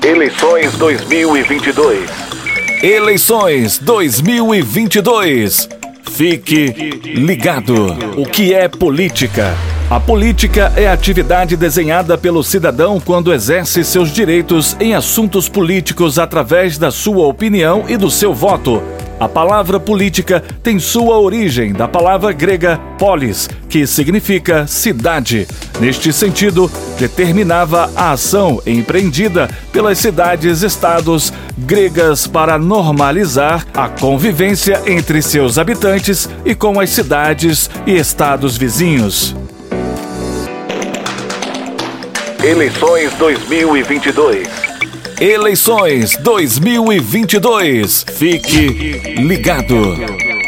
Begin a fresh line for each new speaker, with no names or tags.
Eleições 2022.
Eleições 2022. Fique ligado. O que é política? A política é a atividade desenhada pelo cidadão quando exerce seus direitos em assuntos políticos através da sua opinião e do seu voto. A palavra política tem sua origem da palavra grega polis, que significa cidade. Neste sentido, determinava a ação empreendida pelas cidades-estados gregas para normalizar a convivência entre seus habitantes e com as cidades e estados vizinhos.
Eleições 2022.
Eleições 2022. Fique ligado.